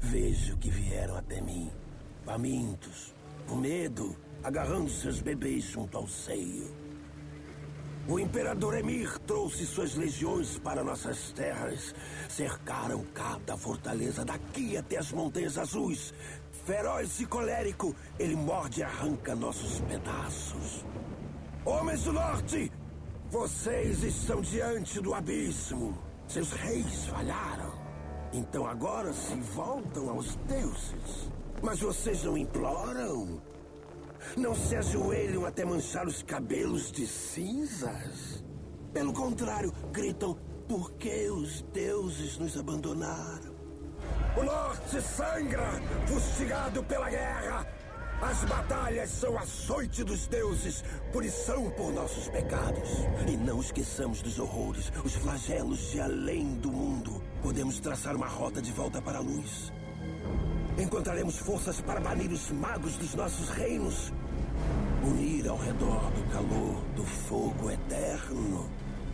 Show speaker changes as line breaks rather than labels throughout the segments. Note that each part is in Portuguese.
Vejo que vieram até mim, famintos, com medo, agarrando seus bebês junto ao seio. O Imperador Emhyr trouxe suas legiões para nossas terras. Cercaram cada fortaleza daqui até as Montanhas Azuis. Feroz e colérico, ele morde e arranca nossos pedaços. Homens do Norte, vocês estão diante do abismo. Seus reis falharam. Então agora se voltam aos deuses. Mas vocês não imploram? Não se ajoelham até manchar os cabelos de cinzas? Pelo contrário, gritam, por que os deuses nos abandonaram? O norte sangra, fustigado pela guerra. As batalhas são açoite dos deuses, punição por nossos pecados. E não esqueçamos dos horrores, os flagelos de além do mundo. Podemos traçar uma rota de volta para a luz. Encontraremos forças para banir os magos dos nossos reinos. Unir ao redor do calor do fogo eterno.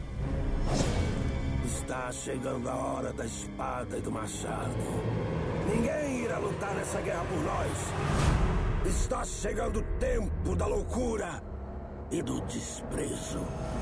Está chegando a hora da espada e do machado. Ninguém irá lutar nessa guerra por nós. Está chegando o tempo da loucura e do desprezo.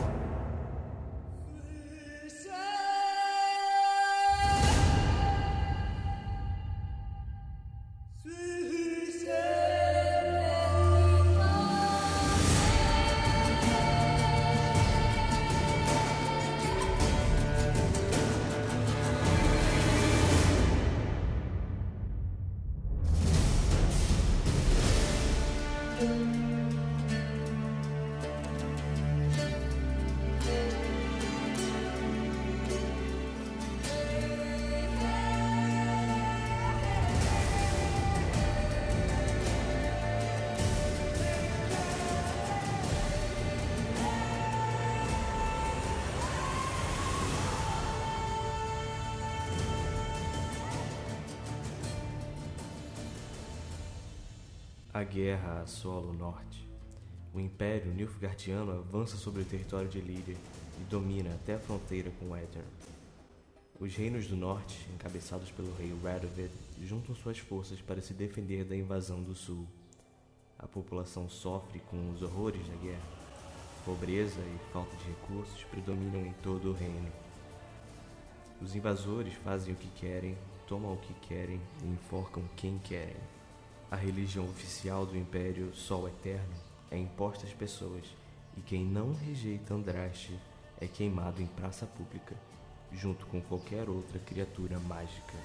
A guerra assola o norte. O Império Nilfgaardiano avança sobre o território de Líria e domina até a fronteira com Aedirn. Os reinos do norte, encabeçados pelo rei Radovid, juntam suas forças para se defender da invasão do sul. A população sofre com os horrores da guerra. Pobreza e falta de recursos predominam em todo o reino. Os invasores fazem o que querem, tomam o que querem e enforcam quem querem. A religião oficial do Império Sol Eterno é imposta às pessoas, e quem não rejeita Andraste é queimado em praça pública, junto com qualquer outra criatura mágica.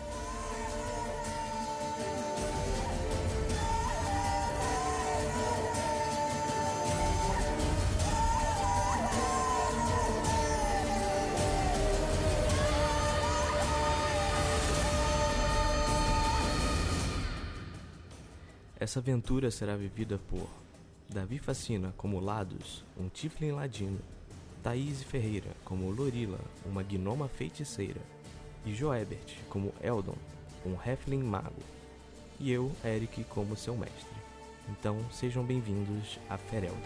Essa aventura será vivida por Davi Facina como Ladus, um Tiflin ladino, Thaís Ferreira como Lorila, uma gnoma feiticeira, e Joebert como Eldon, um Halfling mago, e eu, Eric, como seu mestre. Então, sejam bem-vindos a Ferelden.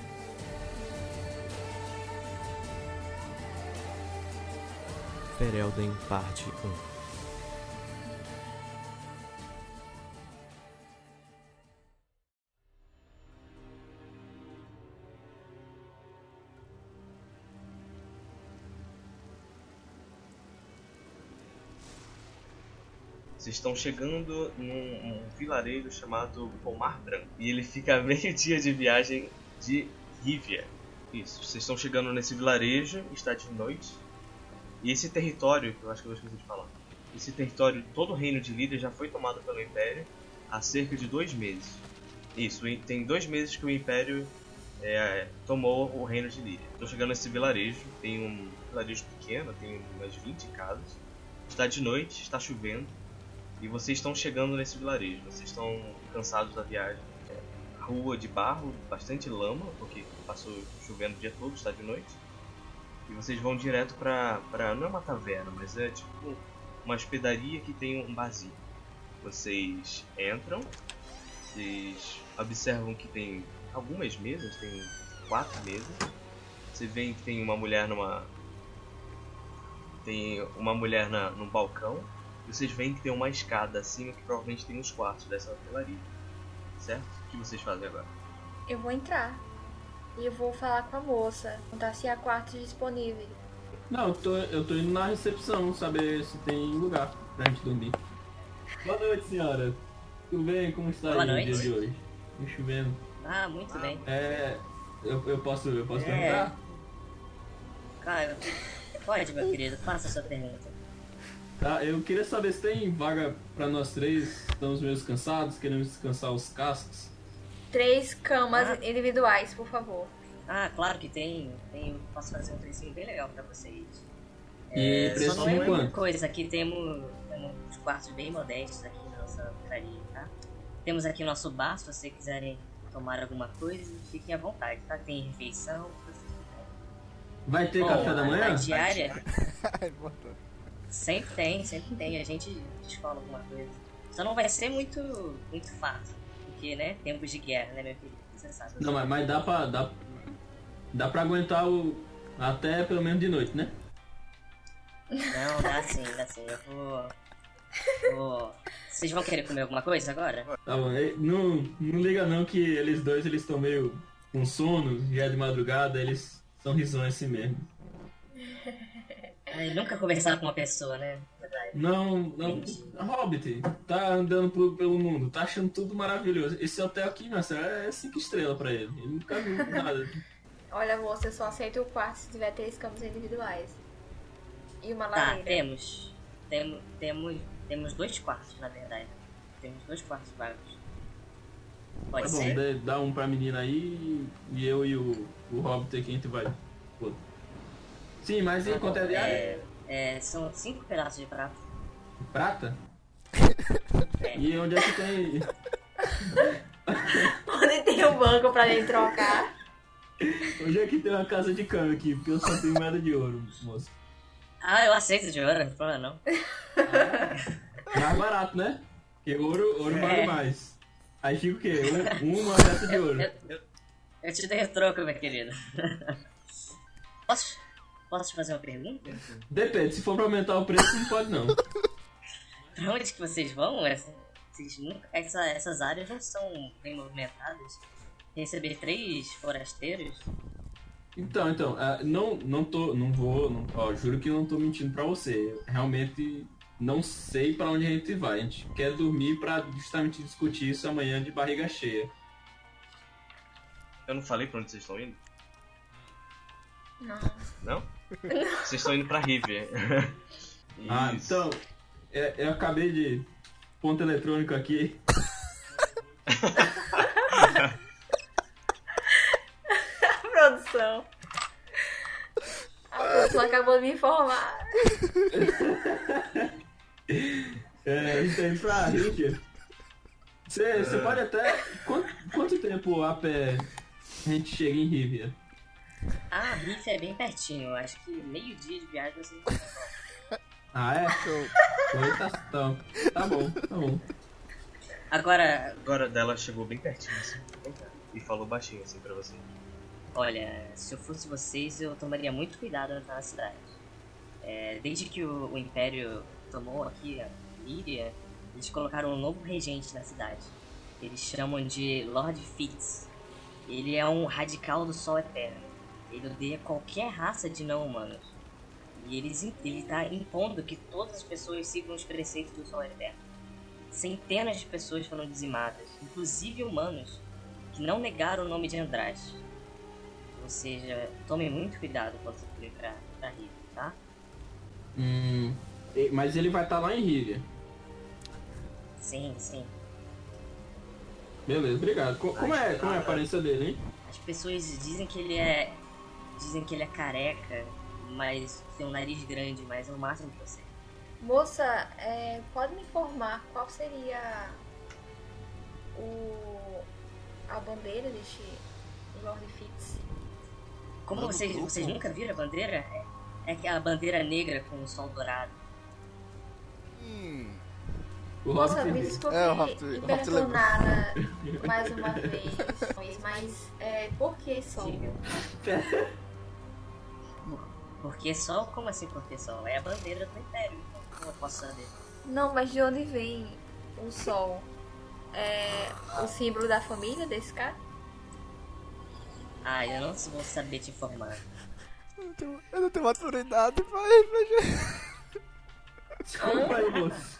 Ferelden, parte 1.
Vocês estão chegando num vilarejo chamado Pomar Branco. E ele fica a meio dia de viagem de Rivia. Isso, vocês estão chegando nesse vilarejo, está de noite. E esse território, que eu acho que eu esqueci de falar. Esse território, todo o reino de Líria já foi tomado pelo Império há cerca de 2 meses. Isso, tem 2 meses que o Império tomou o reino de Líria. Estou chegando nesse vilarejo, tem um vilarejo pequeno, tem umas 20 casas. Está de noite, está chovendo. E vocês estão chegando nesse vilarejo, vocês estão cansados da viagem. Rua de barro, bastante lama, porque passou chovendo o dia todo, está de noite. E vocês vão direto pra não é uma taverna, mas é tipo uma hospedaria que tem um barzinho. Vocês entram, vocês observam que tem algumas mesas, tem 4 mesas. Você vê que tem uma mulher num balcão. Vocês veem que tem uma escada acima que provavelmente tem os quartos dessa hotelaria. Certo? O que vocês fazem agora?
Eu vou entrar. E eu vou falar com a moça. Perguntar se há quartos disponíveis.
Não, eu tô indo na recepção saber se tem lugar pra gente dormir. Boa noite, senhora. Tudo bem? Como está
Boa
aí
noite.
o dia de hoje? Tô chovendo.
Ah, muito bem.
Eu posso perguntar?
Cara, pode, meu querido, faça a sua pergunta.
Tá, eu queria saber se tem vaga pra nós três. Estamos meio cansados, queremos descansar os cascos.
3 camas individuais, por favor.
Ah, claro que tem. Posso fazer um precinho bem legal pra vocês.
E
Só
preço
não é
de
uma
quanto?
coisa, aqui temos uns quartos bem modestos aqui na nossa hotelaria, tá? Temos aqui o nosso bar, se vocês quiserem tomar alguma coisa, fiquem à vontade, tá? Tem refeição, se vocês quiserem.
Vai ter café da manhã?
A diária, sempre tem, a gente escola alguma coisa. Só não vai ser muito fácil, porque, né, tempos de guerra, né, meu filho? Você sabe.
Não, mas dá pra aguentar até pelo menos de noite, né?
Não, dá sim. Eu vou... Vocês vão querer comer alguma coisa agora?
Tá bom, não liga não que eles estão meio com sono, já é de madrugada, eles são risões assim mesmo.
Ai, nunca conversar com uma pessoa, né? Verdade.
Não, Hobbit, tá andando pelo mundo, tá achando tudo maravilhoso. Esse hotel aqui, nossa, é 5 estrelas pra ele. Ele nunca viu nada.
Olha, moça, eu só aceito o quarto se tiver 3 camas individuais. E uma
Tá,
lareira.
temos 2 quartos, na verdade. Temos 2 quartos vagos. Pode
Tá bom,
ser?
dá um pra menina aí e eu e o Hobbit aqui a gente vai. Pô. Sim, mas
Tá
enquanto
bom,
é diário?
são 5 pedaços de prata.
Prata?
É.
E onde é que tem?
Onde tem um banco pra gente trocar?
Onde é que tem uma casa de câmbio aqui? Porque eu só tenho moeda de ouro, moço.
Ah, eu aceito de ouro, não tem problema não.
Mais barato, né? Porque ouro vale mais. Aí fica o quê? Uma peça de ouro.
Eu te dei o troco, meu querido. Posso te fazer uma pergunta?
Depende, se for pra aumentar o preço, não pode não.
Pra onde que vocês vão? Essas áreas não são bem movimentadas. Receber 3 forasteiros?
Então, juro que não tô mentindo pra você. Eu realmente não sei pra onde a gente vai. A gente quer dormir pra justamente discutir isso amanhã de barriga cheia.
Eu não falei pra onde vocês estão indo?
Não.
Não? Vocês estão indo pra River.
Ah,
Isso.
então, eu acabei de... Ponto eletrônico aqui.
Produção. A produção acabou de me informar.
A gente tá indo pra Rivia. Você pode até... Quanto tempo a pé a gente chega em Rivia?
Ah, Riff é bem pertinho. Eu acho que meio dia de viagem você...
Ah, é? Tá bom.
Agora,
Agora dela chegou bem pertinho assim. E falou baixinho assim pra você.
olha, se eu fosse vocês, eu tomaria muito cuidado na entrar na cidade. Desde que o Império tomou aqui a Líria, eles colocaram um novo regente na cidade. Eles chamam de Lord Fitz. Ele é um radical do Sol Eterno. Ele odeia qualquer raça de não-humanos. E ele tá impondo que todas as pessoas sigam os preceitos do Sol Eterno. Centenas de pessoas foram dizimadas, inclusive humanos, que não negaram o nome de Andraste. Ou seja, tome muito cuidado quando você for pra Rivia, tá?
Mas ele vai estar lá em Rivia.
Sim.
Beleza, obrigado. Como é a aparência dele, hein?
As pessoas dizem que ele é careca, mas tem um nariz grande, mas é o máximo que eu sei.
Moça, pode me informar qual seria a bandeira deste Lord Fitz?
Como vocês nunca viram a bandeira? É a bandeira negra com o sol dourado.
O
Moça,
Hobbit
me
entendeu.
desculpe
O Hobbit
importuná-la mais uma vez, mas por que sol?
Porque sol? Como assim porque sol? É a bandeira do Império, como eu posso saber?
Não, mas de onde vem o sol? É o símbolo da família desse cara?
Ah, eu não vou saber te informar.
Eu não tenho maturidade pra...
Desculpa aí, moço.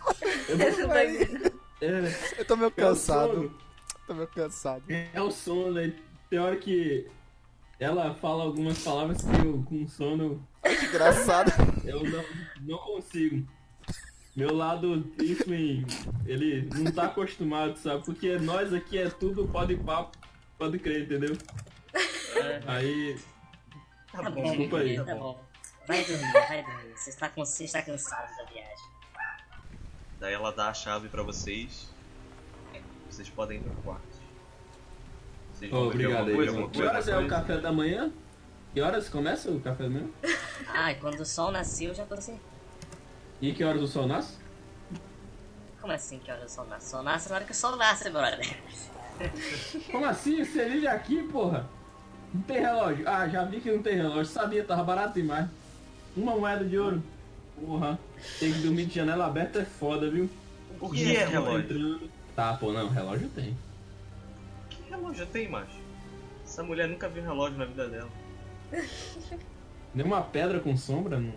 Eu tô meio
É o
cansado.
sono.
Tô meio cansado.
É o sono, né? Tem hora que ela fala algumas palavras que eu, com sono,
Que engraçado.
eu não consigo. Meu lado Twin, ele não tá acostumado, sabe? Porque nós aqui é tudo pode papo, pode crer, entendeu? Aí,
Tá bom,
desculpa aí.
tá bom. Vai dormir. Você está cansado da viagem.
Daí ela dá a chave pra vocês. Vocês podem ir pro quarto. Vocês vão beber
obrigado
alguma
aí.
coisa?
Que horas é o café da manhã? Que horas começa o café da manhã?
Ah, e quando o sol nasceu, eu já tô assim.
E que horas o sol nasce?
Como assim que hora o sol nasce? O sol nasce na hora que o sol nasce, brother.
Como assim? Você vive aqui, porra? Não tem relógio? Ah, já vi que não tem relógio. Sabia, tava barato demais. Uma moeda de ouro. Porra. Tem que dormir de janela aberta é foda, viu?
O que é relógio?
Entrando. Tá, pô, não, relógio tem.
Que relógio tem, macho? Essa mulher nunca viu relógio na vida dela.
Nem uma pedra com sombra, não.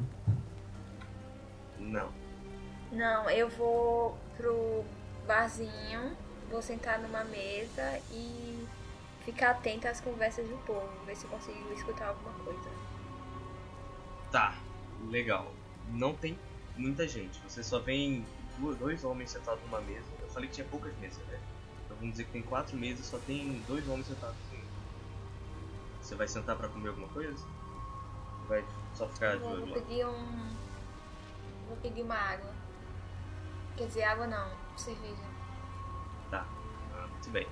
Não.
Não, eu vou pro barzinho, vou sentar numa mesa e ficar atenta às conversas do povo, ver se eu consigo escutar alguma coisa.
Tá, legal. Não tem muita gente. Você só vê dois homens sentados numa mesa. Eu falei que tinha poucas mesas, né? Então vamos dizer que tem 4 mesas, só tem 2 homens sentados. Você vai sentar pra comer alguma coisa? Vai só ficar de olho lá?
Vou pedir uma água. Quer dizer, água não, cerveja.
Tá, muito bem.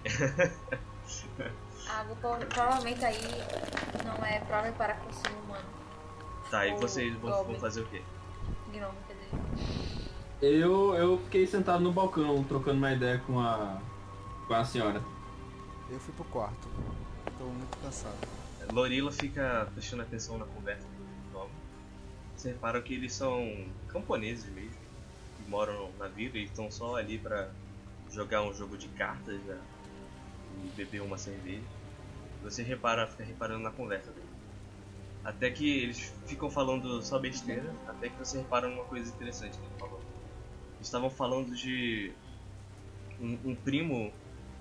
Água provavelmente aí não é própria para consumo humano.
Tá, e
Ou
vocês vão
goblin.
fazer o quê?
Gnomo, quer dizer.
Eu fiquei sentado no balcão, trocando uma ideia com a senhora.
Eu fui pro quarto. Tô muito cansado.
Lorila fica prestando atenção na conversa do nome. Você repara que eles são camponeses mesmo, que moram na vila e estão só ali pra jogar um jogo de cartas, né, e beber uma cerveja. Você fica reparando na conversa deles. Até que eles ficam falando só besteira, até que você repara numa coisa interessante que eles falam. Eles estavam falando de um primo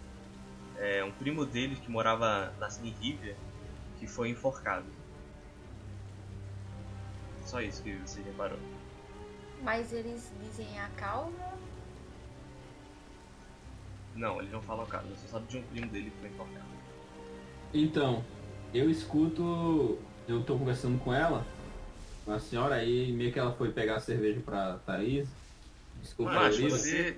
deles que morava em Rivia, que foi enforcado. Só isso que você reparou.
Mas eles dizem a causa?
Não, eles não falam caso, você só sabe de um primo dele que foi enforcado.
Então, eu escuto, eu tô conversando com ela, com a senhora, aí meio que ela foi pegar a cerveja pra Thaís. Desculpa,
Mas
Lorila.
você...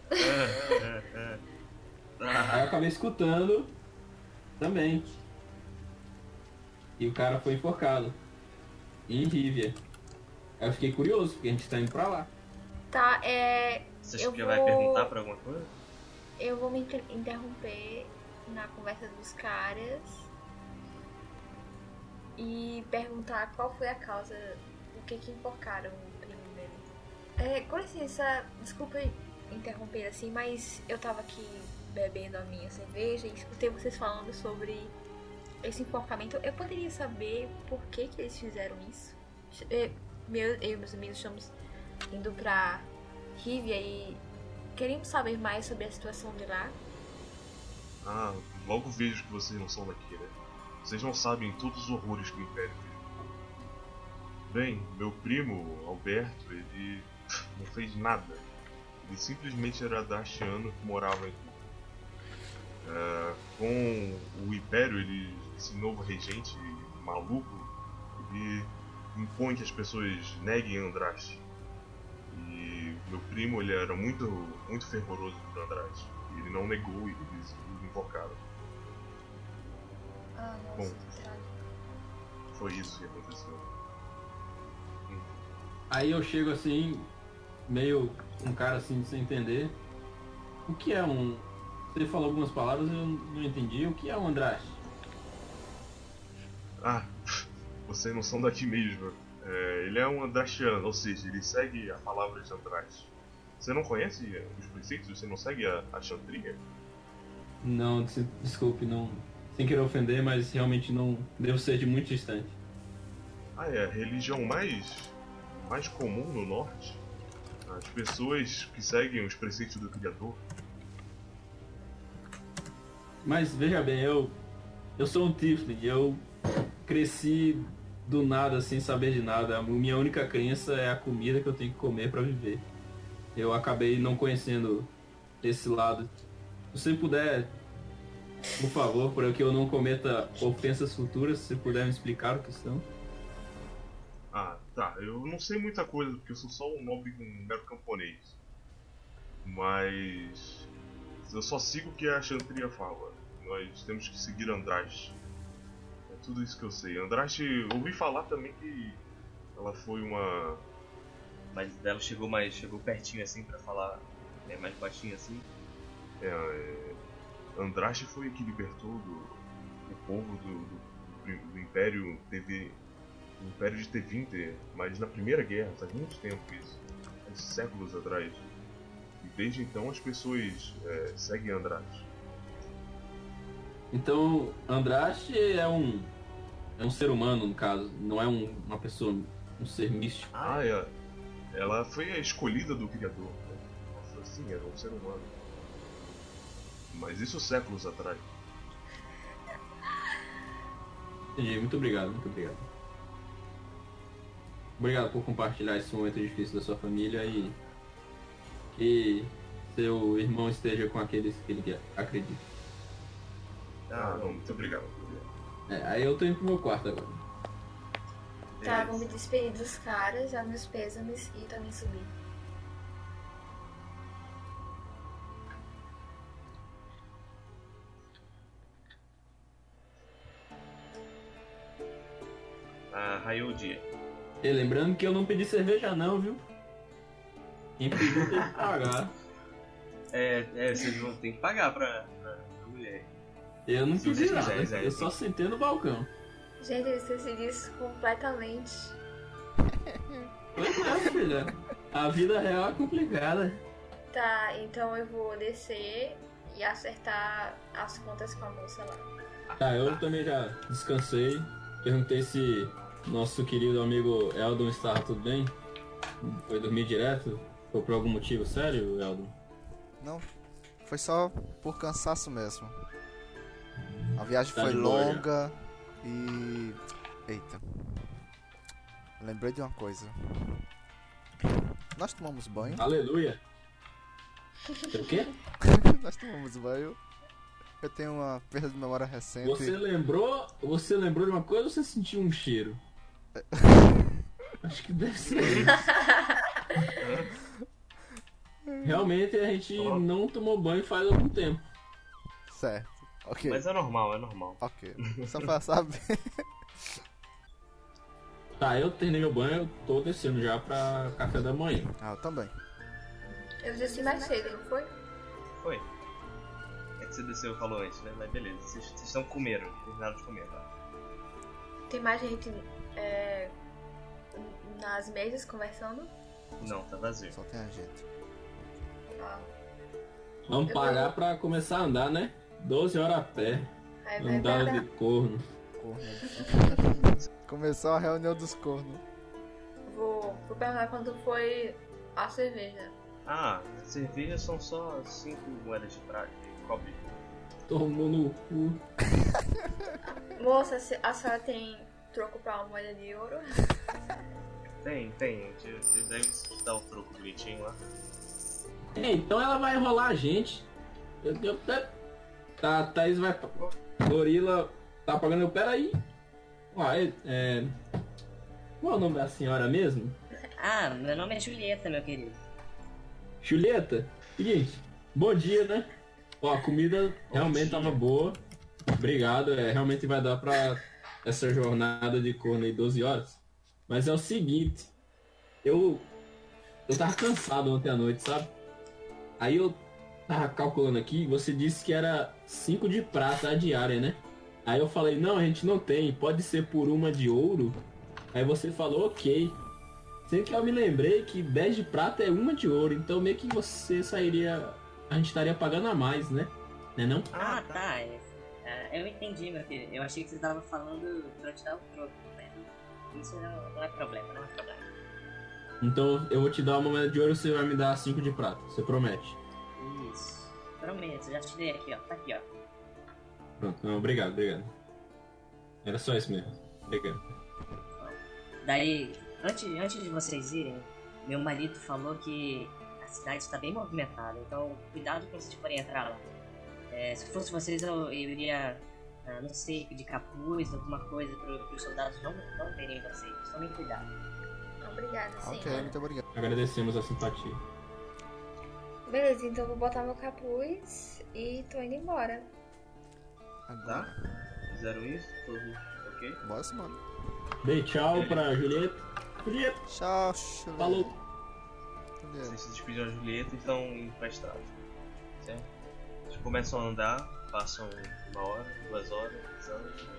Aí eu acabei escutando também. E o cara foi enforcado em Rivia. Aí eu fiquei curioso, porque a gente tá indo pra lá.
Tá,
Você acha que vai perguntar pra alguma coisa?
Eu vou me interromper na conversa dos caras e perguntar qual foi a causa, o que enforcaram o primo dele. Com licença, desculpa interromper assim, mas eu tava aqui bebendo a minha cerveja e escutei vocês falando sobre esse enforcamento. Eu poderia saber por que eles fizeram isso? Eu e meus amigos estamos indo pra Rivia e queríamos saber mais sobre a situação de lá.
Ah, logo vejo que vocês não são daqui, né? Vocês não sabem todos os horrores que o Império fez. Bem, meu primo, Alberto, ele não fez nada. Ele simplesmente era daciano que morava em com o Império, esse novo regente maluco, ele impõe que as pessoas neguem Andraste. E meu primo, ele era muito fervoroso por Andraste. E ele não negou e eles o invocaram.
Ah, nossa,
Bom.
que trágico.
Foi isso que aconteceu.
Aí eu chego assim, meio um cara assim sem entender. O que é um... Você falou algumas palavras eu não entendi. O que é um Andraste?
Ah, vocês não são daqui mesmo. Ele é um Andrastiano, ou seja, ele segue a palavra de Andraste. Você não conhece os preceitos? Você não segue a Xantria?
Não, desculpe, não. Sem querer ofender, mas realmente não devo ser de muito distante.
Ah, é a religião mais comum no norte. As pessoas que seguem os preceitos do Criador.
Mas veja bem, eu sou um Tiefling, eu cresci do nada, sem saber de nada. A minha única crença é a comida que eu tenho que comer para viver. Eu acabei não conhecendo esse lado. Se você puder, por favor, para que eu não cometa ofensas futuras, se puder me explicar o que estão.
Ah, tá. Eu não sei muita coisa, porque eu sou só um nobre com um mero camponês. Mas eu só sigo o que a Xantria fala. Nós temos que seguir Andraste. É tudo isso que eu sei. Andraste, ouvi falar também que ela foi uma...
Mas ela chegou pertinho assim pra falar, né, mais baixinho assim.
Andraste foi que libertou o povo do Império. Teve o Império de Tevinter, mas na Primeira Guerra, faz muito tempo isso, faz séculos atrás. E desde então as pessoas seguem Andraste.
Então, Andraste é um ser humano, no caso, não é uma pessoa, um ser místico.
Ela foi a escolhida do Criador. Né? Nossa, assim, era um ser humano. Mas isso séculos atrás.
Entendi, muito obrigado, muito obrigado. Obrigado por compartilhar esse momento difícil da sua família e que seu irmão esteja com aqueles que ele acredita.
Não, muito obrigado.
Aí eu tô indo pro meu quarto agora.
Tá, vou me despedir dos caras, dar meus pêsames e também subir.
Raiou o dia.
E lembrando que eu não pedi cerveja não, viu? Quem pediu tem que pagar.
Vocês vão ter que pagar pra mulher.
Eu não
Se
pedi
vocês
nada,
quiserem,
eu só sentei no balcão.
Gente, eu esqueci disso completamente.
Pois é, filha. A vida real é complicada.
Tá, então eu vou descer e acertar as contas com a moça lá.
Tá, eu também já descansei. Perguntei se nosso querido amigo Eldon estava tudo bem. Foi dormir direto? Foi por algum motivo sério, Eldon?
Não, foi só por cansaço mesmo. A viagem
Tá
foi
de boa,
longa e... Eita. Lembrei de uma coisa. Nós tomamos banho.
Aleluia! O quê?
Nós tomamos banho. Eu tenho uma perda de memória recente.
Você lembrou de uma coisa ou você sentiu um cheiro? Acho que deve ser isso. Realmente a gente não tomou banho faz algum tempo.
Certo, ok.
Mas é normal.
Ok, só pra saber.
Tá, eu terminei meu banho, eu tô descendo já pra café da manhã.
Ah, eu também.
Eu desci mais cedo, não foi?
Foi. É que você desceu e falou antes, né? Mas beleza, vocês estão terminaram de comer, tá?
Tem mais gente nas mesas conversando?
Não, tá vazio.
Só tem a gente.
Ah.
Vamos pagar pra começar a andar, né? 12 horas a pé.
Aí vai
Andar
dar.
de corno.
Começou a reunião dos cornos.
Vou perguntar quanto foi a cerveja.
Cerveja são só 5 moedas de prata e cobre.
Tomou no cu.
Moça, a senhora tem troco pra uma moeda de ouro?
Tem. Você deve dar o troco bonitinho lá.
Então ela vai enrolar a gente. Tá, Thaís vai. Gorila tá pagando. Peraí. Uai, qual é o nome da senhora mesmo?
Meu nome é Julieta, meu querido.
Julieta? Seguinte, bom dia, né? Ó, a comida realmente tava boa. Obrigado, realmente vai dar pra essa jornada de corno aí 12 horas. Mas é o seguinte, eu tava cansado ontem à noite, sabe? Aí eu tava calculando aqui, você disse que era 5 de prata a diária, né? Aí eu falei, não, a gente não tem, pode ser por uma de ouro. Aí você falou, ok. Sendo que eu me lembrei que 10 de prata é 1 de ouro, então meio que você sairia... A gente estaria pagando a mais, né? Né não?
Ah, tá. Eu entendi, meu filho. Eu achei que você tava falando pra te dar o troco, né? Isso não é problema, não é problema.
Então eu vou te dar uma moeda de ouro e você vai me dar 5 de prata. Você promete?
Isso. Prometo, já te dei aqui, ó. Tá aqui, ó.
Pronto, não, obrigado. Era só isso mesmo. Obrigado.
Daí, antes de vocês irem, meu marido falou que a cidade está bem movimentada, então cuidado quando vocês forem entrar lá. Se fosse vocês, eu iria, não sei, de capuz, alguma coisa para os soldados não verem vocês. Tomem cuidado.
Obrigada, sim.
Ok, muito obrigado.
Agradecemos a simpatia.
Beleza, então eu vou botar meu capuz e tô indo embora.
Tá? Fizeram isso? Tudo ok?
Bora sim, mano.
Dei tchau pra Julieta. Julieta,
Tchau, Julieta.
falou.
Vocês se despediram da Julieta e estão indo pra estrada. Certo? Vocês começam a andar, passam 1 hora, 2 horas, andando.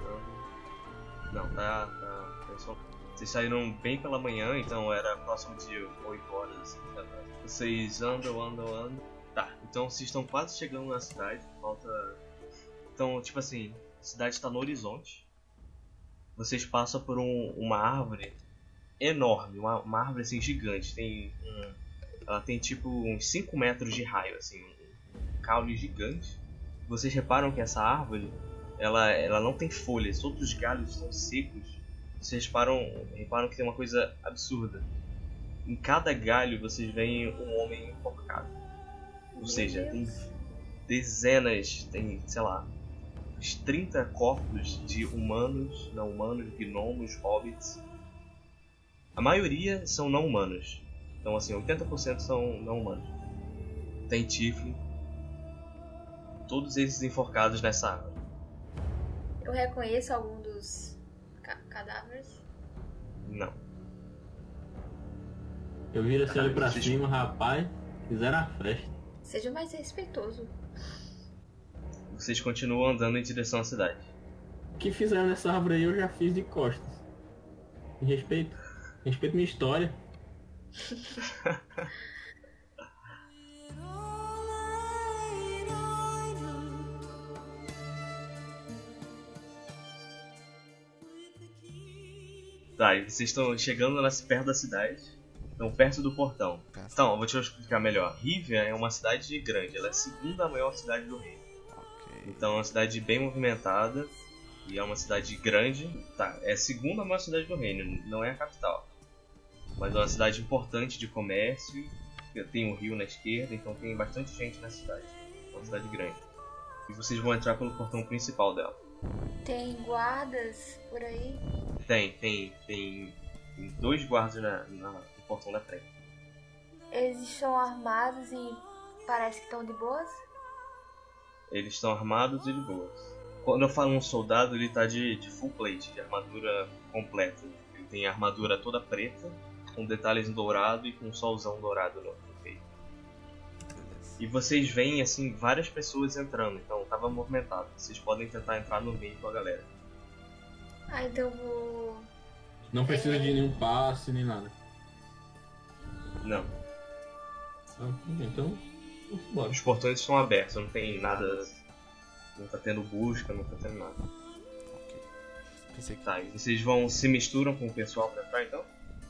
Não, tá. Vocês saíram bem pela manhã, então era próximo de 8 horas, assim, sabe? Vocês andam. Tá, então vocês estão quase chegando na cidade, falta... Então, tipo assim, a cidade está no horizonte. Vocês passam por uma árvore enorme, uma árvore assim gigante. Ela tem tipo uns 5 metros de raio, assim, um caule gigante. Vocês reparam que essa árvore, ela não tem folhas, todos os galhos estão secos. Vocês reparam que tem uma coisa absurda. Em cada galho vocês veem um homem enforcado. Ou seja, tem dezenas, tem, sei lá, uns 30 corpos de humanos, não humanos, gnomos, hobbits. A maioria são não humanos. Então assim, 80% são não humanos. Tem Tiflin. Todos esses enforcados nessa árvore.
Eu reconheço algum dos cadáveres?
Não.
Eu viro assim olho pra cima, rapaz. Fizeram a festa.
Seja mais respeitoso.
Vocês continuam andando em direção à cidade.
O que fizeram nessa árvore aí eu já fiz de costas. Me respeito. Respeito minha história.
Tá, e vocês estão chegando perto da cidade. Estão perto do portão. Então, eu vou te explicar melhor. Rivia é uma cidade grande. Ela é a segunda maior cidade do reino. Então é uma cidade bem movimentada. E é uma cidade grande. Tá, é a segunda maior cidade do reino. Não é a capital. Mas é uma cidade importante de comércio. Tem um rio na esquerda. Então tem bastante gente na cidade. É uma cidade grande. E vocês vão entrar pelo portão principal dela.
Tem guardas por aí?
Tem 2 guardas no portão da frente.
Eles estão armados e parece que estão de boas?
Eles estão armados e de boas. Quando eu falo um soldado, ele tá de full plate, de armadura completa. Ele tem a armadura toda preta, com detalhes em dourado e com um solzão dourado no peito. E vocês veem, assim, várias pessoas entrando, então tava movimentado. Vocês podem tentar entrar no meio com a galera.
Ah, então eu vou...
Não precisa de nenhum passe nem nada.
Não.
Então, bora.
Os portões estão abertos, não tem nada. Não tá tendo busca, não tá tendo nada.
Pensei que...
Tá, e vocês se misturam com o pessoal pra entrar então?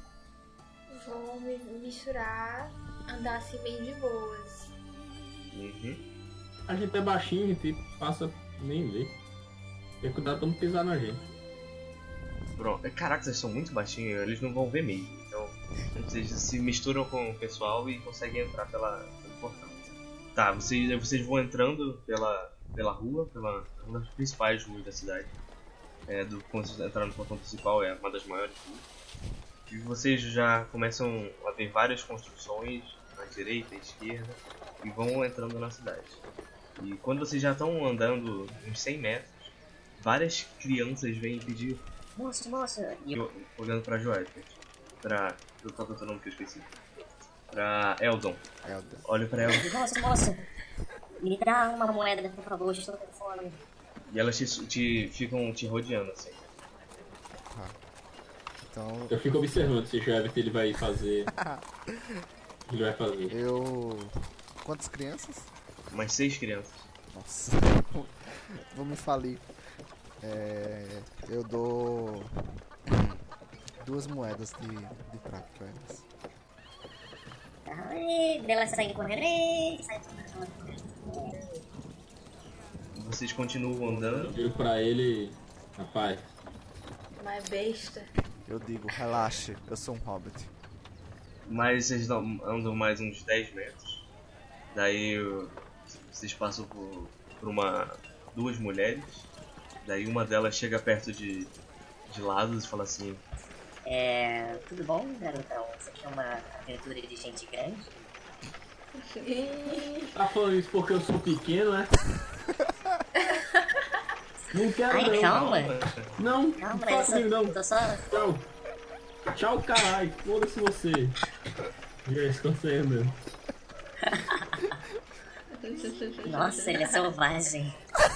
Vou me misturar, andar assim meio de boas.
Uhum.
A gente é baixinho, tipo, passa nem vê. Tem que cuidar pra não pisar na gente.
Pronto. Caraca, vocês são muito baixinhos, eles não vão ver mesmo. Então, vocês se misturam com o pessoal e conseguem entrar pelo portão. Tá, vocês vão entrando pela rua, uma das principais ruas da cidade. Quando vocês entraram no portão principal, é uma das maiores ruas. E vocês já começam a ver várias construções na direita e esquerda e vão entrando na cidade. E quando vocês já estão andando uns 100 metros, várias crianças vêm pedir...
Moça.
E eu olhando pra Joelle, eu tô tentando o nome que eu esqueci. Pra Eldon. Olho pra Eldon.
Moça. Me dá uma moeda, por favor, estou com fome.
E elas ficam te rodeando assim.
Então,
Eu fico observando se o Everton ele vai fazer. O que ele vai fazer?
eu... Quantas crianças?
Mais 6 crianças.
Nossa, vou me falir. Eu dou 2 moedas de prata pra elas.
Ai, dela sai correndo. Ai, sai correndo.
Vocês continuam andando.
Eu digo pra ele. Rapaz,
Mas besta.
Eu digo, relaxe, eu sou um hobbit.
Mas vocês andam mais uns 10 metros. Daí vocês passam por duas mulheres. Daí uma delas chega perto de lado e fala assim:
Tudo bom, garotão? Você quer uma aventura de gente grande?
tá falando isso porque eu sou pequeno, né? Não quero
Ai,
não.
calma.
Não,
Calma,
não fala comigo não.
tô só...
Tchau. Tchau, caralho. Foda-se você. E aí, consegue mesmo.
Nossa, ele é selvagem.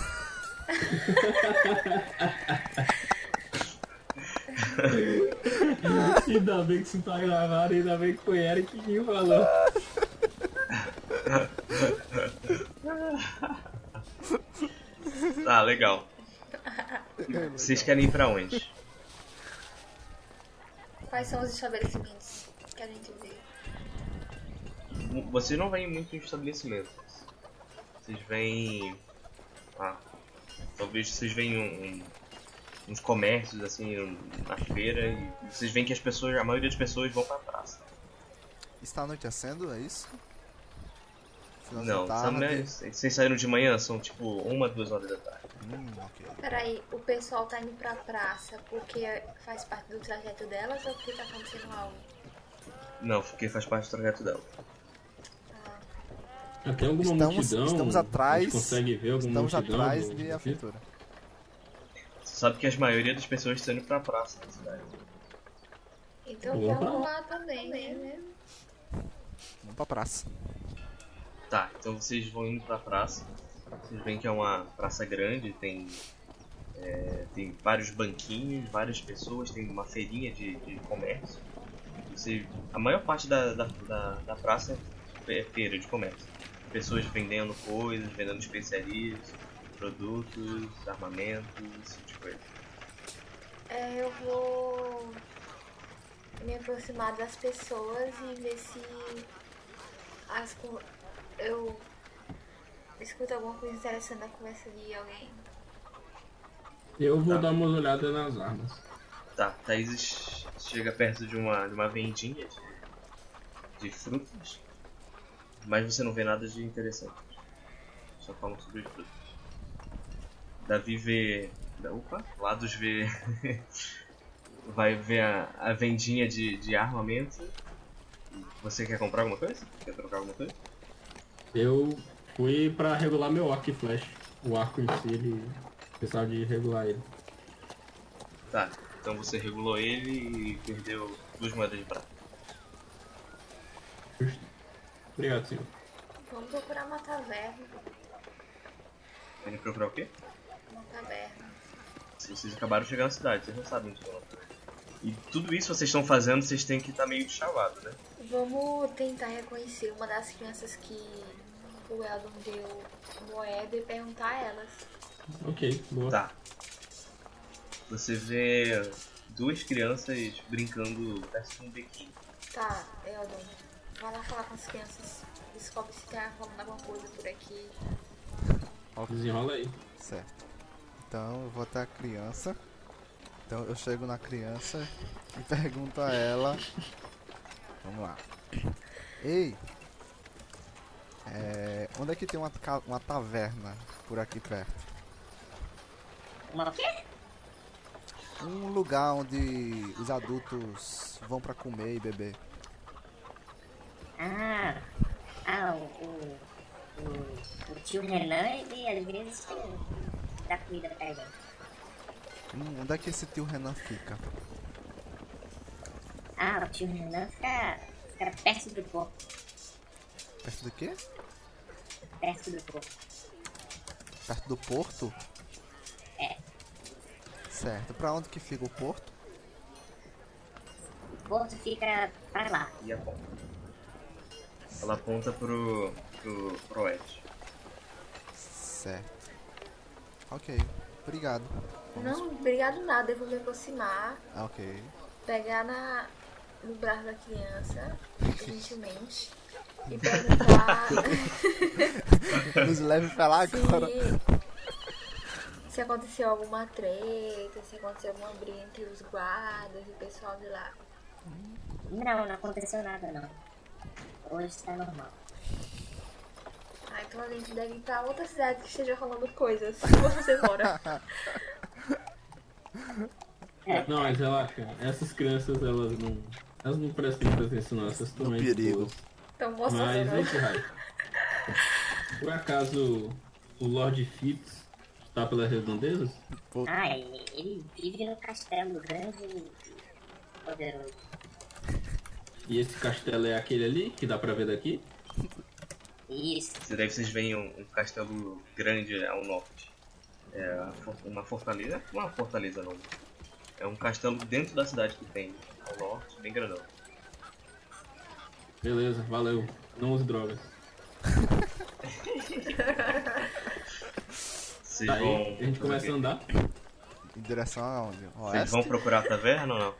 Ainda bem que isso tá gravado, ainda bem que foi Eric que falou.
Tá, legal. Vocês querem ir pra onde?
Quais são os estabelecimentos que a gente vê?
Vocês não vêm muito em estabelecimentos. Vocês vêm. Talvez vocês veem uns comércios assim na feira e vocês veem que a maioria das pessoas vão pra praça.
Está anoitecendo, é isso? Final
Não,
da tarde.
vocês saíram de manhã, são tipo 1, 2 horas da tarde.
Ok.
Peraí, o pessoal tá indo pra praça porque faz parte do trajeto delas ou porque tá acontecendo algo?
Não, porque faz parte do trajeto dela.
Tem alguma multidão?
Estamos
A
atrás.
gente consegue ver alguma
Estamos
multidão
atrás
do-
de aventura.
Você sabe que a maioria das pessoas estão indo pra praça na cidade.
Então
Opa.
vamos lá também, né?
Vamos pra praça.
Tá, então vocês vão indo pra praça. Vocês veem que é uma praça grande, tem vários banquinhos, várias pessoas, tem uma feirinha de comércio. A maior parte da praça é feira de comércio. Pessoas vendendo coisas, vendendo especiarias, produtos, armamentos, esse tipo de coisa.
Eu vou me aproximar das pessoas e ver se eu escuto alguma coisa interessante na conversa de alguém.
Eu vou
Tá.
dar uma olhada nas armas.
Tá, Thaís chega perto de uma vendinha de frutas, mas você não vê nada de interessante. Só falam sobre frutas. Davi vê. Opa, Lados vê. Vai ver a vendinha de armamento. Você quer comprar alguma coisa? Quer trocar alguma coisa?
Eu fui pra regular meu arco e flecha. O arco em si, ele precisava de regular ele.
Tá, então você regulou ele e perdeu 2 moedas de prata.
Justo. Obrigado, senhor.
Vamos procurar uma taverna.
Querem procurar o quê?
Uma taverna.
Se vocês acabaram de chegar na cidade, vocês não sabem onde estão. E tudo isso vocês estão fazendo, vocês têm que estar meio de chavado, né?
Vamos tentar reconhecer uma das crianças que o Eldon deu moeda e perguntar a elas.
Ok, boa.
Tá. Você vê 2 crianças brincando perto de um bequinho.
Tá, Eldon, vai lá falar com as crianças. Descobre se tá rolando alguma coisa por aqui.
Desenrola aí.
Certo. Então eu vou até a criança. Então eu chego na criança e pergunto a ela. Vamos lá. Ei! Onde é que tem uma taverna por aqui perto?
Uma o quê?
Um lugar onde os adultos vão pra comer e beber.
O tio Renan, ele às vezes dá comida pra gente.
Onde é que esse tio Renan fica?
O tio Renan fica perto do porco.
Perto do quê?
Perto do porco.
Perto do porto?
É.
Certo. Pra onde que fica o porto?
porto fica pra lá.
E aponta. Ela aponta pro oeste.
Certo. Ok, obrigado.
Não, obrigado nada, eu vou me aproximar,
Ok.
pegar no braço da criança, gentilmente, e perguntar
Nos leve pra lá agora.
se aconteceu alguma treta, se aconteceu alguma briga entre os guardas e o pessoal de lá.
Não aconteceu nada não. Hoje tá normal.
Ah, então a gente deve ir pra outra cidade que esteja rolando coisas. Você mora.
Não, mas relaxa. Essas crianças, elas não prestam muita atenção, não. Essas estão
No
aí de
perigo.
boas.
Então, moça,
Mas,
não.
vem que raio. Por acaso, o Lord Fitz está pelas redondezas?
Ele vive no castelo grande e poderoso.
E esse castelo é aquele ali, que dá pra ver daqui?
Isso.
Daí vocês veem um castelo grande ao norte. É uma fortaleza. Não é uma fortaleza não. É um castelo dentro da cidade que tem ao norte, bem grandão.
Beleza, valeu. Não use drogas.
Vocês
Tá
vão.
aí, a gente começa a andar.
Em direção aonde?
Vocês
Oeste?
vão procurar a taverna ou não?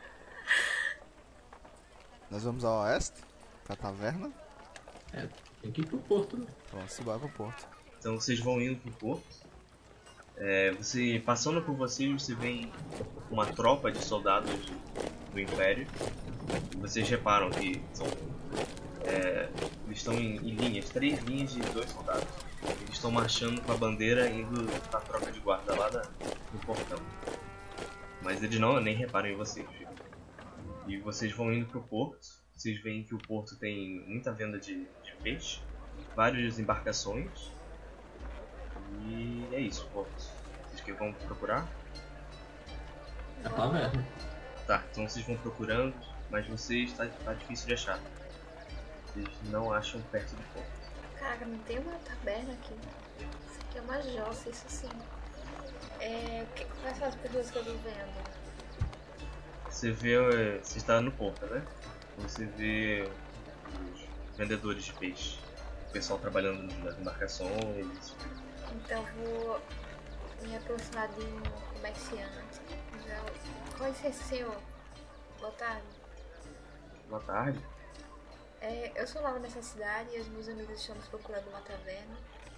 Nós vamos ao oeste? Pra taverna?
É, tem que ir pro porto, né?
Vamos embora pro porto.
Então vocês vão indo pro porto. Você passando por você vê uma tropa de soldados do Império. Vocês reparam que eles estão em linhas, 3 linhas de 2 soldados. Eles estão marchando com a bandeira indo pra troca de guarda lá no portão. Mas eles nem reparam em vocês. E vocês vão indo pro porto. Vocês veem que o porto tem muita venda de peixe, várias embarcações. E é isso, o porto. Vocês que vão procurar?
É a taverna.
Tá, então vocês vão procurando, mas vocês tá difícil de achar. Vocês não acham perto do porto.
Caraca, não tem uma taberna aqui. Isso aqui é uma jossa, isso sim. Quais são as pessoas que eu tô vendo?
Você vê. Você está no porto, né? Você vê os vendedores de peixe. O pessoal trabalhando nas embarcações.
Então vou me aproximar de um comerciante. Com licença, senhor. Boa tarde.
Boa tarde.
Eu sou nova nessa cidade e os meus amigos estamos procurando uma taverna.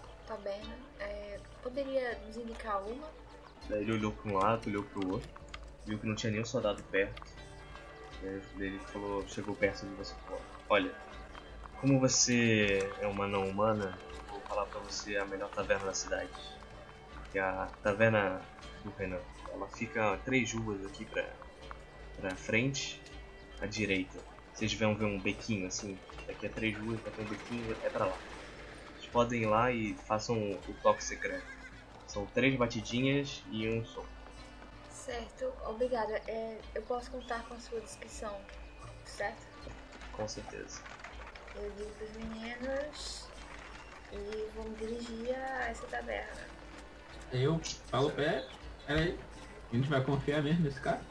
Poderia nos indicar uma?
Daí ele olhou para um lado, olhou para o outro, viu que não tinha nenhum soldado perto. Ele chegou perto de você e falou: olha, como você é uma não humana, vou falar para você a melhor taverna da cidade. Que é a taverna do Renan. Ela fica 3 ruas aqui pra frente, à direita. Vocês vão ver um bequinho assim, daqui a 3 ruas vai ter um bequinho, é pra lá. Vocês podem ir lá e façam o toque secreto. São 3 batidinhas e um som.
Certo, obrigada. Eu posso contar com a sua descrição, certo?
Com certeza.
Eu digo pros meninos e vou me dirigir a essa taverna.
Eu falo pé, aí, a gente vai confiar mesmo nesse cara?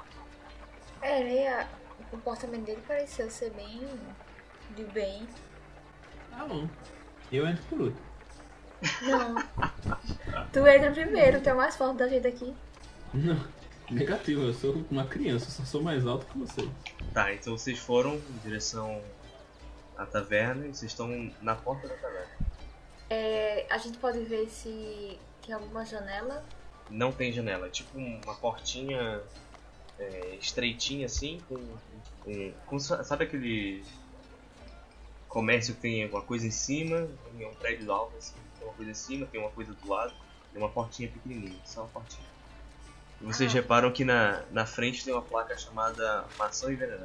O comportamento dele pareceu ser bem de bem.
Tá bom. Eu entro por último.
Não. Tu entra primeiro, tu é mais forte da gente aqui.
Não, negativo, eu sou uma criança, só sou mais alto que você.
Tá, então vocês foram em direção à taverna e vocês estão na porta da taverna.
A gente pode ver se tem alguma janela.
Não tem janela, é tipo uma portinha estreitinha assim, sabe aquele comércio que tem uma coisa em cima, tem um prédio alto assim, tem uma coisa em cima, tem uma coisa do lado, tem uma portinha pequenininha, só uma portinha. E vocês reparam que na frente tem uma placa chamada Maçã Envenenada.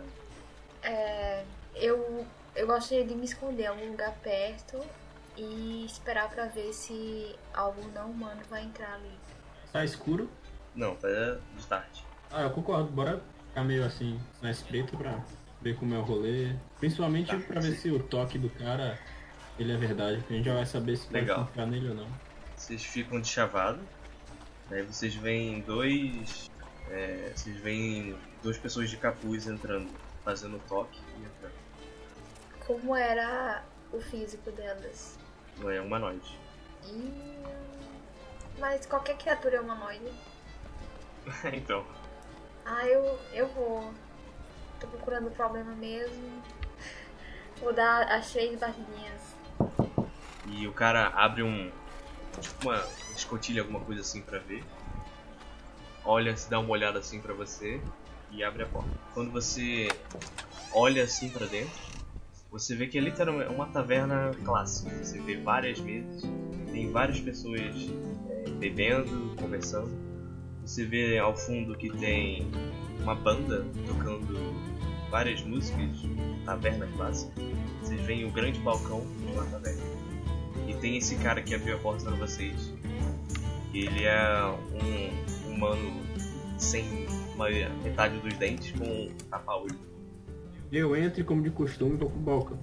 Eu gostaria de me esconder em algum lugar perto e esperar pra ver se algum não humano vai entrar ali.
Tá escuro?
Não, tá de tarde.
Eu concordo, bora ficar meio assim, mais preto pra ver como é o rolê. Principalmente pra ver se o toque do cara, ele é verdade, porque a gente já vai saber se pode confiar nele ou não.
Vocês ficam de chavado, daí vocês veem duas pessoas de capuz entrando fazendo toque e entrando.
Como era o físico delas?
Não é humanoide.
Mas qualquer criatura é humanoide.
Então.
Eu vou. Tô procurando o problema mesmo. Vou dar as 3 batidinhas.
E o cara abre tipo uma escotilha, alguma coisa assim pra ver. Olha, se dá uma olhada assim pra você e abre a porta. Quando você olha assim pra dentro, você vê que é literalmente uma taverna clássica. Você vê várias mesas, tem várias pessoas bebendo, conversando. Você vê ao fundo que tem uma banda tocando várias músicas, taverna clássica. Vocês veem o grande balcão de uma taverna. E tem esse cara que abriu a porta para vocês. Ele é um humano sem metade dos dentes, com um tapa-olho.
Eu entro e, como de costume, vou pro balcão.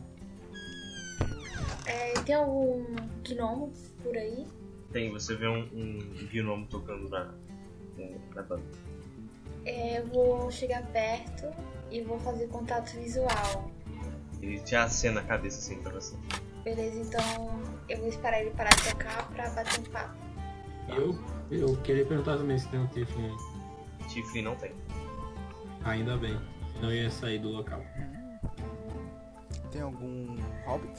Tem algum gnomo por aí?
Tem, você vê um gnomo tocando na banda.
Eu vou chegar perto e vou fazer contato visual.
Ele te acena a cabeça assim pra você.
Beleza, então eu vou esperar ele parar de tocar pra bater um papo.
Eu queria perguntar também se tem um Tiflin aí.
Tiflin não tem.
Ainda bem, não ia sair do local.
Tem algum hobbit?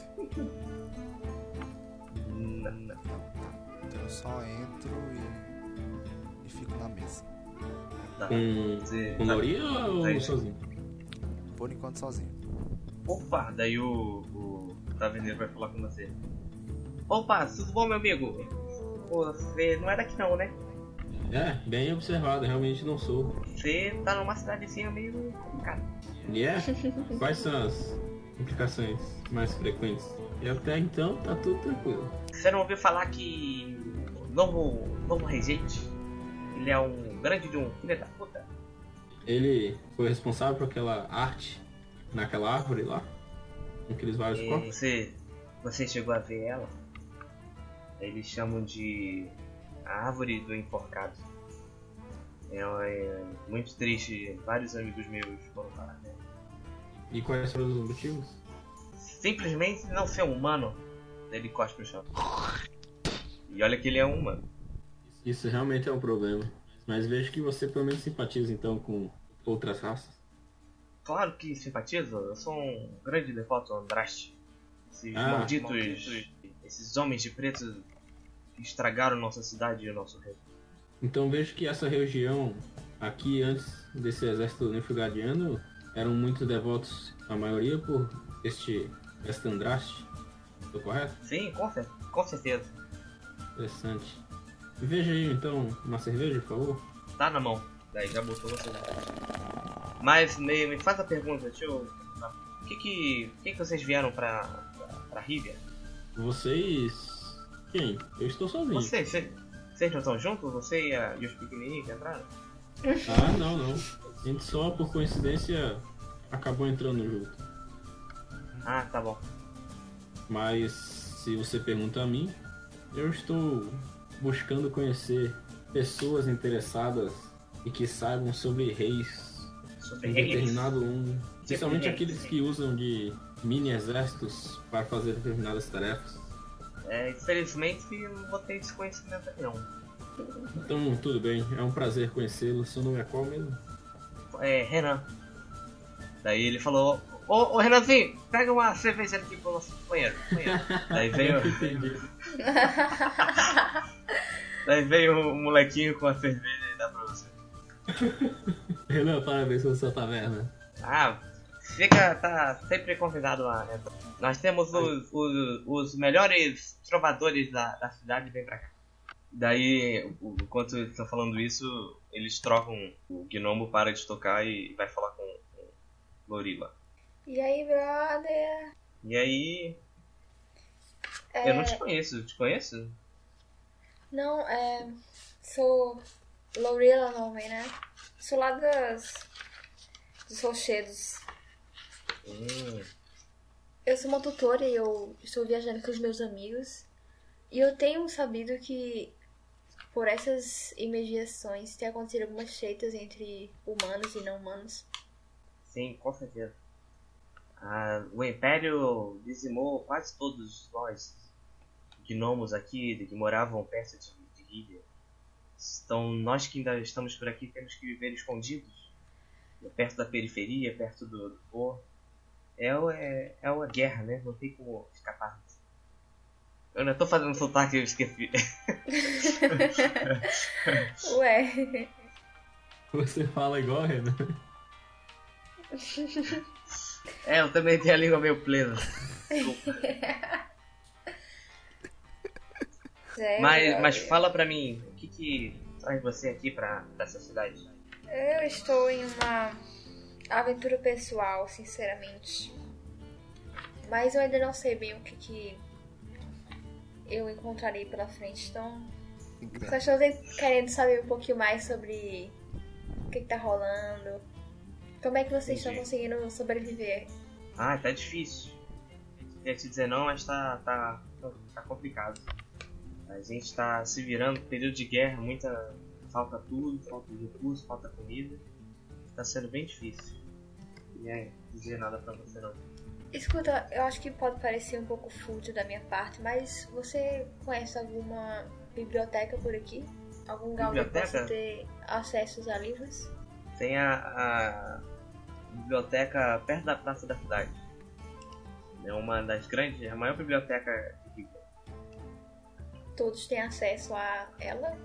Não.
Então eu só entro e fico na mesa.
Tá.
Com Lori ou
aí,
sozinho?
Por enquanto sozinho.
Opa, daí o taverneiro vai falar com você. Opa, tudo bom, meu amigo? Você não é daqui não, né?
Bem observado, realmente não sou.
Você tá numa cidadezinha meio complicada.
Quais são as implicações mais frequentes? E até então tá tudo tranquilo.
Você não ouviu falar que o novo regente, ele é um grande de um filho da puta?
Ele foi responsável por aquela arte naquela árvore lá? Com aqueles vários corpos?
Você chegou a ver ela? Eles chamam de a árvore do enforcado. Ela é muito triste, vários amigos meus foram parar nela.
E quais foram os motivos?
Simplesmente não ser humano. Ele cospe no chão. E olha que ele é um humano.
Isso realmente é um problema. Mas vejo que você pelo menos simpatiza então com outras raças.
Claro que simpatizo, eu sou um grande devoto Andraste. Esses malditos, esses homens de preto que estragaram nossa cidade e o nosso reino.
Então vejo que essa região aqui, antes desse exército nilfgaardiano, eram muito devotos, a maioria por este Andraste. Estou correto?
Sim, com certeza.
Interessante. Veja aí então uma cerveja, por favor.
Tá na mão. Daí já botou você. Mas me faz a pergunta, tio. O que vocês vieram pra Rivia?
Vocês... Quem? Eu estou sozinho.
Vocês não estão juntos? Você e os pequenininhos que entraram?
Não. A gente só, por coincidência, acabou entrando junto.
Ah, tá bom.
Mas, se você pergunta a mim, eu estou buscando conhecer pessoas interessadas e que saibam sobre reis.
Sobre
determinado mundo. Especialmente aqueles que usam de mini exércitos para fazer determinadas tarefas.
Infelizmente não vou ter esse conhecimento aqui não.
Então tudo bem, é um prazer conhecê-lo. Seu nome é qual mesmo?
Renan. Daí ele falou, ô Renanzinho, pega uma cerveja aqui pro nosso banheiro. Daí veio. Daí veio um molequinho com a cerveja e dá pra você.
Renan, parabéns pela sua taverna.
Tá sempre convidado a entrar. Nós temos os melhores trovadores da cidade, vem pra cá. Daí, enquanto eles estão falando isso, eles trocam, o gnomo para de tocar e vai falar com o Lorila.
E aí, brother?
E aí... Eu não te conheço, te conheço?
Não, sou Lorila nome, né? Sou lá dos rochedos. Eu sou uma tutora e eu estou viajando com os meus amigos. E eu tenho sabido que por essas imediações tem acontecido algumas treitas entre humanos e não humanos.
Sim, com certeza. O Império dizimou quase todos nós gnomos aqui que moravam perto de Rivia. Então nós que ainda estamos por aqui temos que viver escondidos, perto da periferia, perto do povo. É uma guerra, né? Não tem como escapar. Eu não tô fazendo sotaque, eu esqueci.
Ué.
Você fala igual, Renan.
Eu também tenho a língua meio presa. Mas fala pra mim, o que traz você aqui pra essa cidade?
Eu estou em uma aventura pessoal, sinceramente. Mas eu ainda não sei bem o que eu encontrarei pela frente, então só estou querendo saber um pouquinho mais sobre o que tá rolando. Como é que vocês estão conseguindo sobreviver?
Tá difícil. Queria te dizer não, mas tá complicado. A gente tá se virando, período de guerra, falta tudo, falta recurso, falta comida. Tá sendo bem difícil. Não ia dizer nada pra você não.
Escuta, eu acho que pode parecer um pouco fútil da minha parte, mas você conhece alguma biblioteca por aqui? Algum lugar onde eu possa ter acesso a livros?
Tem a biblioteca perto da praça da cidade. É uma das grandes, a maior biblioteca de Rivia.
Todos têm acesso a ela?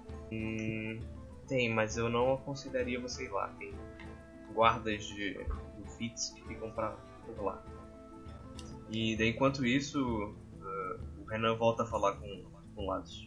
Tem, mas eu não aconselharia você ir lá. Tem guardas do FITS que ficam por lá. E daí, enquanto isso, o Renan volta a falar com o Lados.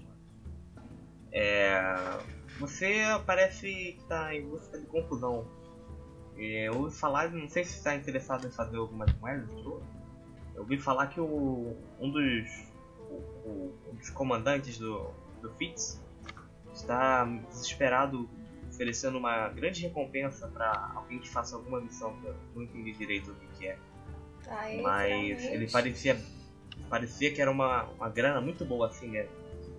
Você parece que está em busca de confusão. Eu ouvi falar, não sei se está interessado em fazer algumas moedas de ouro. Eu ouvi falar que um dos comandantes do FITS está desesperado, oferecendo uma grande recompensa para alguém que faça alguma missão que eu não entendi direito o que é. Mas ele parecia que era uma grana muito boa assim, né?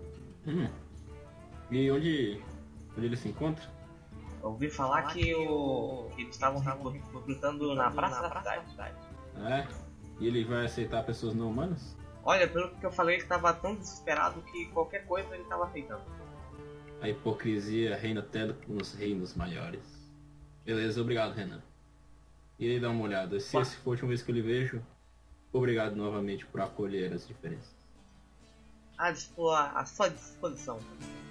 E onde ele se encontra?
Eu ouvi falar que eles estavam recrutando na praça da cidade.
E ele vai aceitar pessoas não humanas?
Olha, pelo que eu falei, ele estava tão desesperado que qualquer coisa ele estava aceitando.
A hipocrisia reina até nos reinos maiores. Beleza, obrigado, Renan. Irei dar uma olhada. Se esse for a última vez que eu lhe vejo, obrigado novamente por acolher as diferenças.
À sua disposição.